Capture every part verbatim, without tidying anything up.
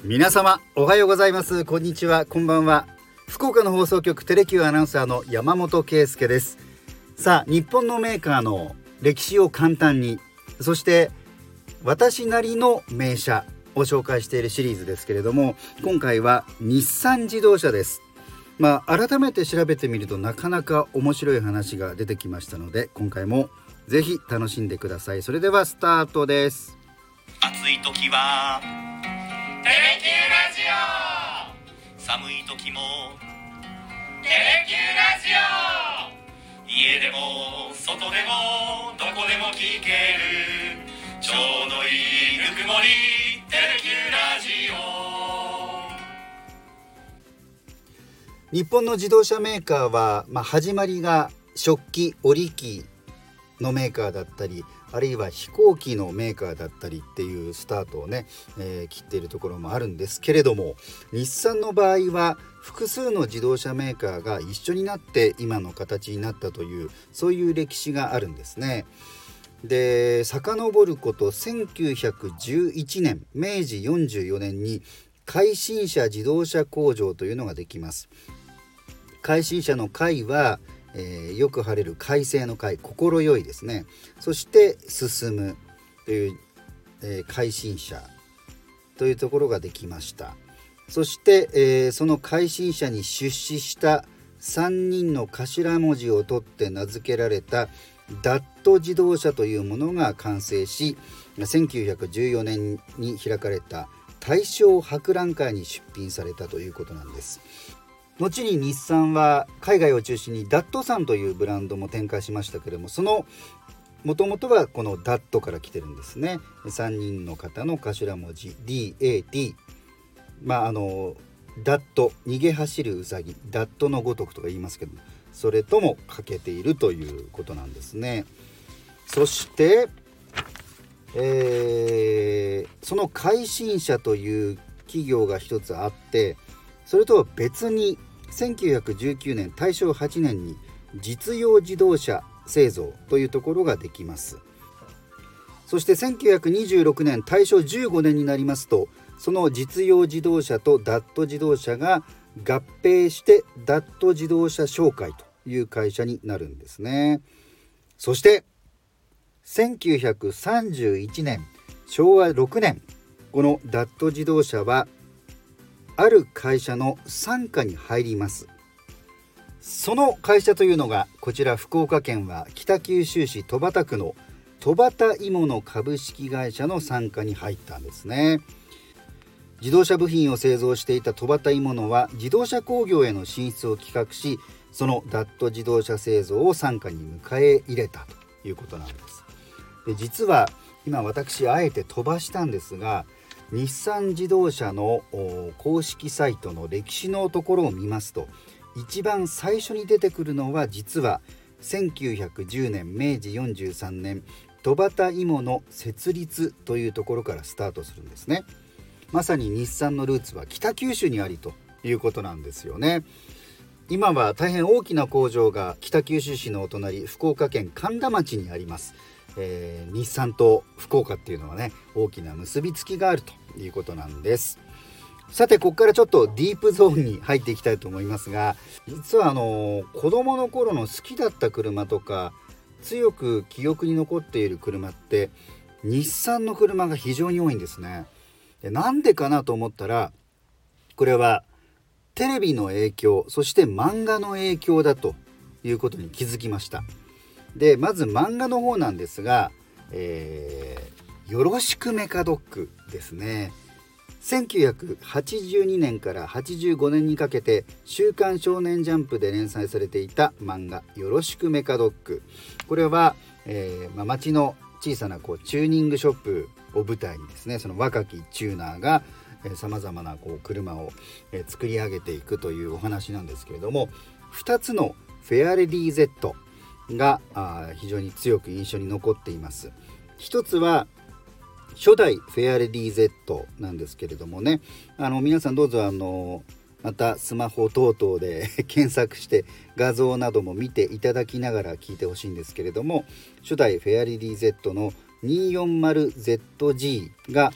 皆様おはようございます。こんにちは、こんばんは。福岡の放送局テレキューアナウンサーの山本圭介です。さあ、日本のメーカーの歴史を簡単に、そして私なりの名車を紹介しているシリーズですけれども、今回は日産自動車です。まあ、改めて調べてみるとなかなか面白い話が出てきましたので、今回もぜひ楽しんでください。それではスタートです。 暑い時はテレキューラジオ、寒い時もテレキューラジオ、家でも外でもどこでも聞けるちょうどいいぬくもり、テレキューラジオ。 日本の自動車メーカーは、まあ、始まりが食器織機のメーカーだったり、あるいは飛行機のメーカーだったりっていうスタートをね、えー、切っているところもあるんですけれども、日産の場合は複数の自動車メーカーが一緒になって今の形になったという、そういう歴史があるんですね。で、遡ることせんきゅうひゃくじゅういちねん、めいじよんじゅうよねんに開新車自動車工場というのができます。開新車の開は、えー、よく晴れる快晴の快、心よいですね。そして進むという、えー、開新車というところができました。そして、えー、その開新車に出資したさんにんの頭文字を取って名付けられたダット自動車というものが完成し、せんきゅうひゃくじゅうよねんに開かれた大正博覧会に出品されたということなんです。後に日産は海外を中心にダットサンというブランドも展開しましたけれども、そのもともとはこのダットから来てるんですね。さんにんの方の頭文字 ディーエーティー、 まああのダット、逃げ走るウサギ、ダットのごとくとか言いますけど、それとも欠けているということなんですね。そして、えー、その開新車という企業が一つあって、それとは別にせんきゅうひゃくじゅうきゅうねん、たいしょうはちねんに実用自動車製造というところができます。そしてせんきゅうひゃくにじゅうろくねん、たいしょうじゅうごねんになりますと、その実用自動車とダット自動車が合併してダット自動車商会という会社になるんですね。そしてせんきゅうひゃくさんじゅういちねん、しょうわろくねん、このダット自動車はある会社の傘下に入ります。その会社というのがこちら、福岡県は北九州市戸畑区の戸畑鋳物株式会社の傘下に入ったんですね。自動車部品を製造していた戸畑鋳物は自動車工業への進出を企画し、そのダット自動車製造を傘下に迎え入れたということなんです。で、実は今私あえて飛ばしたんですが、日産自動車の公式サイトの歴史のところを見ますと、一番最初に出てくるのは実はせんきゅうひゃくじゅうねん、めいじよんじゅうさんねん、戸畑鋳物設立というところからスタートするんですね。まさに日産のルーツは北九州にありということなんですよね。今は大変大きな工場が北九州市のお隣、福岡県苅田町にあります。えー、日産と福岡っていうのはね、大きな結びつきがあるということなんです。さて、ここからちょっとディープゾーンに入っていきたいと思いますが、実はあの子供の頃の好きだった車とか強く記憶に残っている車って日産の車が非常に多いんですね。で、なんでかなと思ったら、これはテレビの影響、そして漫画の影響だということに気づきました。で、まず漫画の方なんですが、えー、よろしくメカドッグですね。せんきゅうひゃくはちじゅうにねんからはちじゅうごねんにかけて週刊少年ジャンプで連載されていた漫画、よろしくメカドッグ。これは、えーまあ、町の小さなこうチューニングショップを舞台にですね、その若きチューナーがさまざまなこう車を、えー、作り上げていくというお話なんですけれども、ふたつのフェアレディ Z が非常に強く印象に残っています。一つは初代フェアレディ Z なんですけれどもね、あの皆さんどうぞあのまたスマホ等々で検索して画像なども見ていただきながら聞いてほしいんですけれども、初代フェアレディ Z の にひゃくよんじゅうゼットジー が、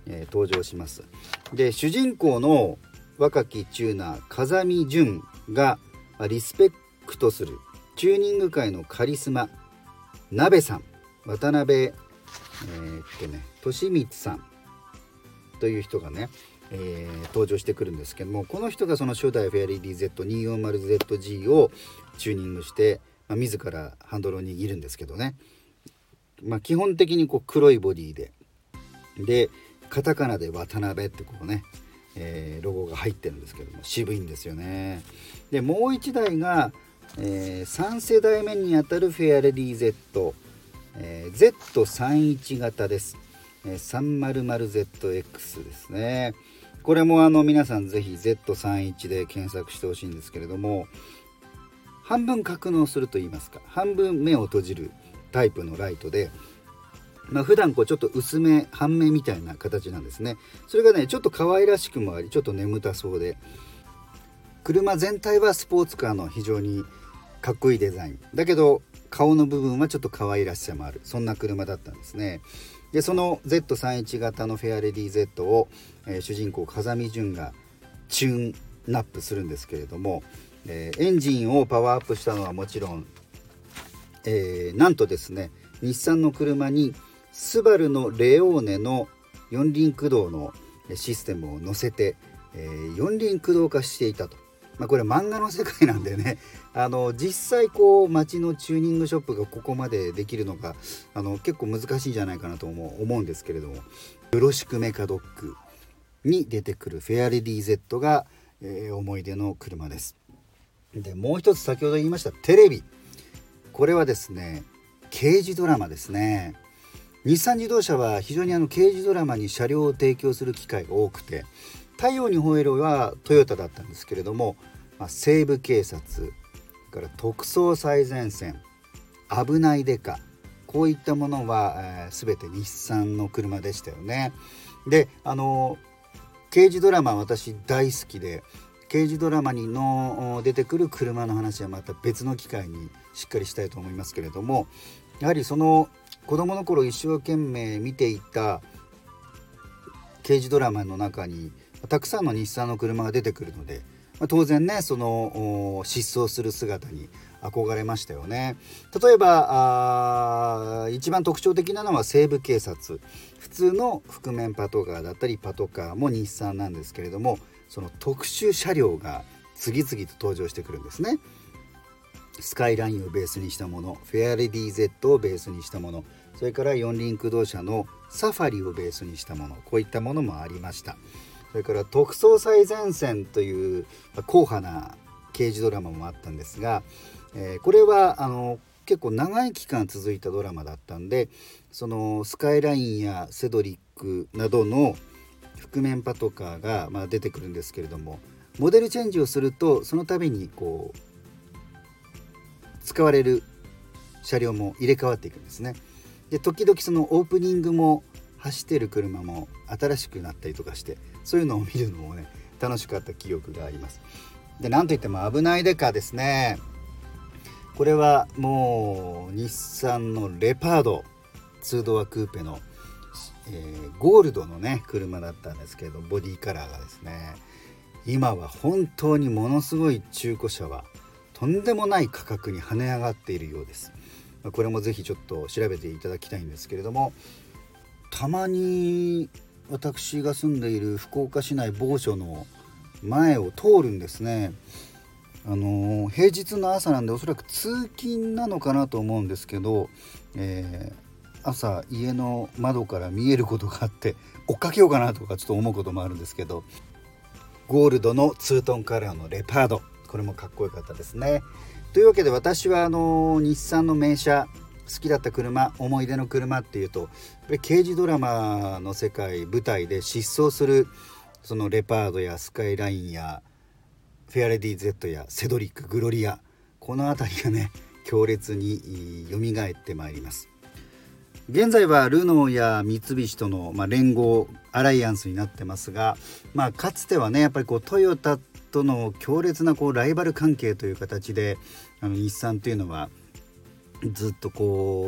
えー、登場します。で主人公の若きチューナー風見純がリスペクトするチューニング界のカリスマ鍋さん、渡辺、えー、っとね利光さんという人がね、えー、登場してくるんですけども、この人がその初代フェアレディ ゼットにひゃくよんじゅうゼットジー をチューニングして、まあ、自らハンドルを握るんですけどね、まあ、基本的にこう黒いボディででカタカナで渡辺ってこうね、えー、ロゴが入ってるんですけども渋いんですよね。でもう一台が、えー、さん世代目にあたるフェアレディ Z、えー、ゼットさんじゅういち 型です。さんびゃくゼットエックス ですね。これもあの皆さんぜひ ゼットさんじゅういち で検索してほしいんですけれども、半分格納すると言いますか、半分目を閉じるタイプのライトで、まあ、普段こうちょっと薄め半目みたいな形なんですね。それがねちょっと可愛らしくもあり、ちょっと眠たそうで、車全体はスポーツカーの非常にかっこいいデザインだけど、顔の部分はちょっと可愛らしさもある、そんな車だったんですね。でその ゼットさんじゅういち 型のフェアレディ Z を、えー、主人公風見純がチューンナップするんですけれども、えー、エンジンをパワーアップしたのはもちろん、えー、なんとですね日産の車にスバルのレオーネの四輪駆動のシステムを載せて、えー、四輪駆動化していたと。まあ、これ漫画の世界なんでね、あの実際こう街のチューニングショップがここまでできるのがあの結構難しいんじゃないかなと思う、思うんですけれども、よろしくメカドックに出てくるフェアレディ Z が、えー、思い出の車です。でもう一つ先ほど言いましたテレビ、これはですね刑事ドラマですね。日産自動車は非常にあの刑事ドラマに車両を提供する機会が多くて、太陽にほえろはトヨタだったんですけれども、まあ、西部警察から特捜最前線、危ないデカ、こういったものは、えー、全て日産の車でしたよね。であの刑事ドラマ私大好きで、刑事ドラマにの出てくる車の話はまた別の機会にしっかりしたいと思いますけれども、やはりその子供の頃一生懸命見ていた刑事ドラマの中にたくさんの日産の車が出てくるので、まあ、当然ねその疾走する姿に憧れましたよね。例えばあ一番特徴的なのは西部警察、普通の覆面パトカーだったりパトカーも日産なんですけれども、その特殊車両が次々と登場してくるんですね。スカイラインをベースにしたもの、フェアレディ Z をベースにしたもの、それから四輪駆動車のサファリをベースにしたもの、こういったものもありました。それから特捜最前線という硬派な刑事ドラマもあったんですが、えー、これはあの結構長い期間続いたドラマだったんで、そのスカイラインやセドリックなどの覆面パトカーが、まあ、出てくるんですけれども、モデルチェンジをするとその度にこう使われる車両も入れ替わっていくんですね。で時々そのオープニングも走ってる車も新しくなったりとかして、そういうのを見るのもね楽しかった記憶があります。でなんといっても危ないデカですね。これはもう日産のレパードツードアクーペの、えー、ゴールドのね車だったんですけど、ボディカラーがですね、今は本当にものすごい中古車はとんでもない価格に跳ね上がっているようです。これもぜひちょっと調べていただきたいんですけれども、たまに私が住んでいる福岡市内某所の前を通るんですね。あの平日の朝なんでおそらく通勤なのかなと思うんですけど、えー、朝家の窓から見えることがあって追っかけようかなとかちょっと思うこともあるんですけど、ゴールドのツートンカラーのレパード、これもかっこよかったですね。というわけで私はあの日産の名車、好きだった車、思い出の車っていうとやっぱり刑事ドラマの世界舞台で疾走するそのレパードやスカイラインやフェアレディ Z やセドリック、グロリア、この辺りがね強烈に蘇ってまいります。現在はルノーや三菱との、まあ、連合アライアンスになってますが、まあ、かつてはねやっぱりこうトヨタとの強烈なこうライバル関係という形であの日産というのはずっとこう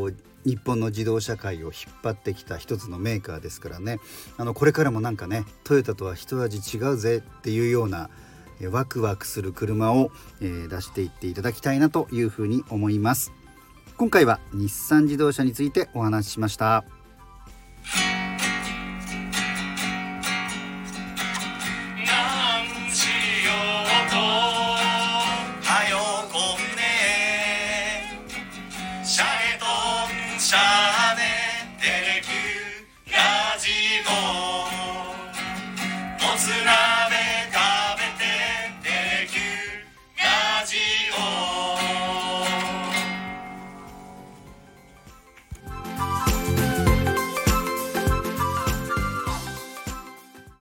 日本の自動車界を引っ張ってきた一つのメーカーですからね、あのこれからもなんかねトヨタとは一味違うぜっていうようなワクワクする車を、えー、出していっていただきたいなというふうに思います。今回は日産自動車についてお話ししました。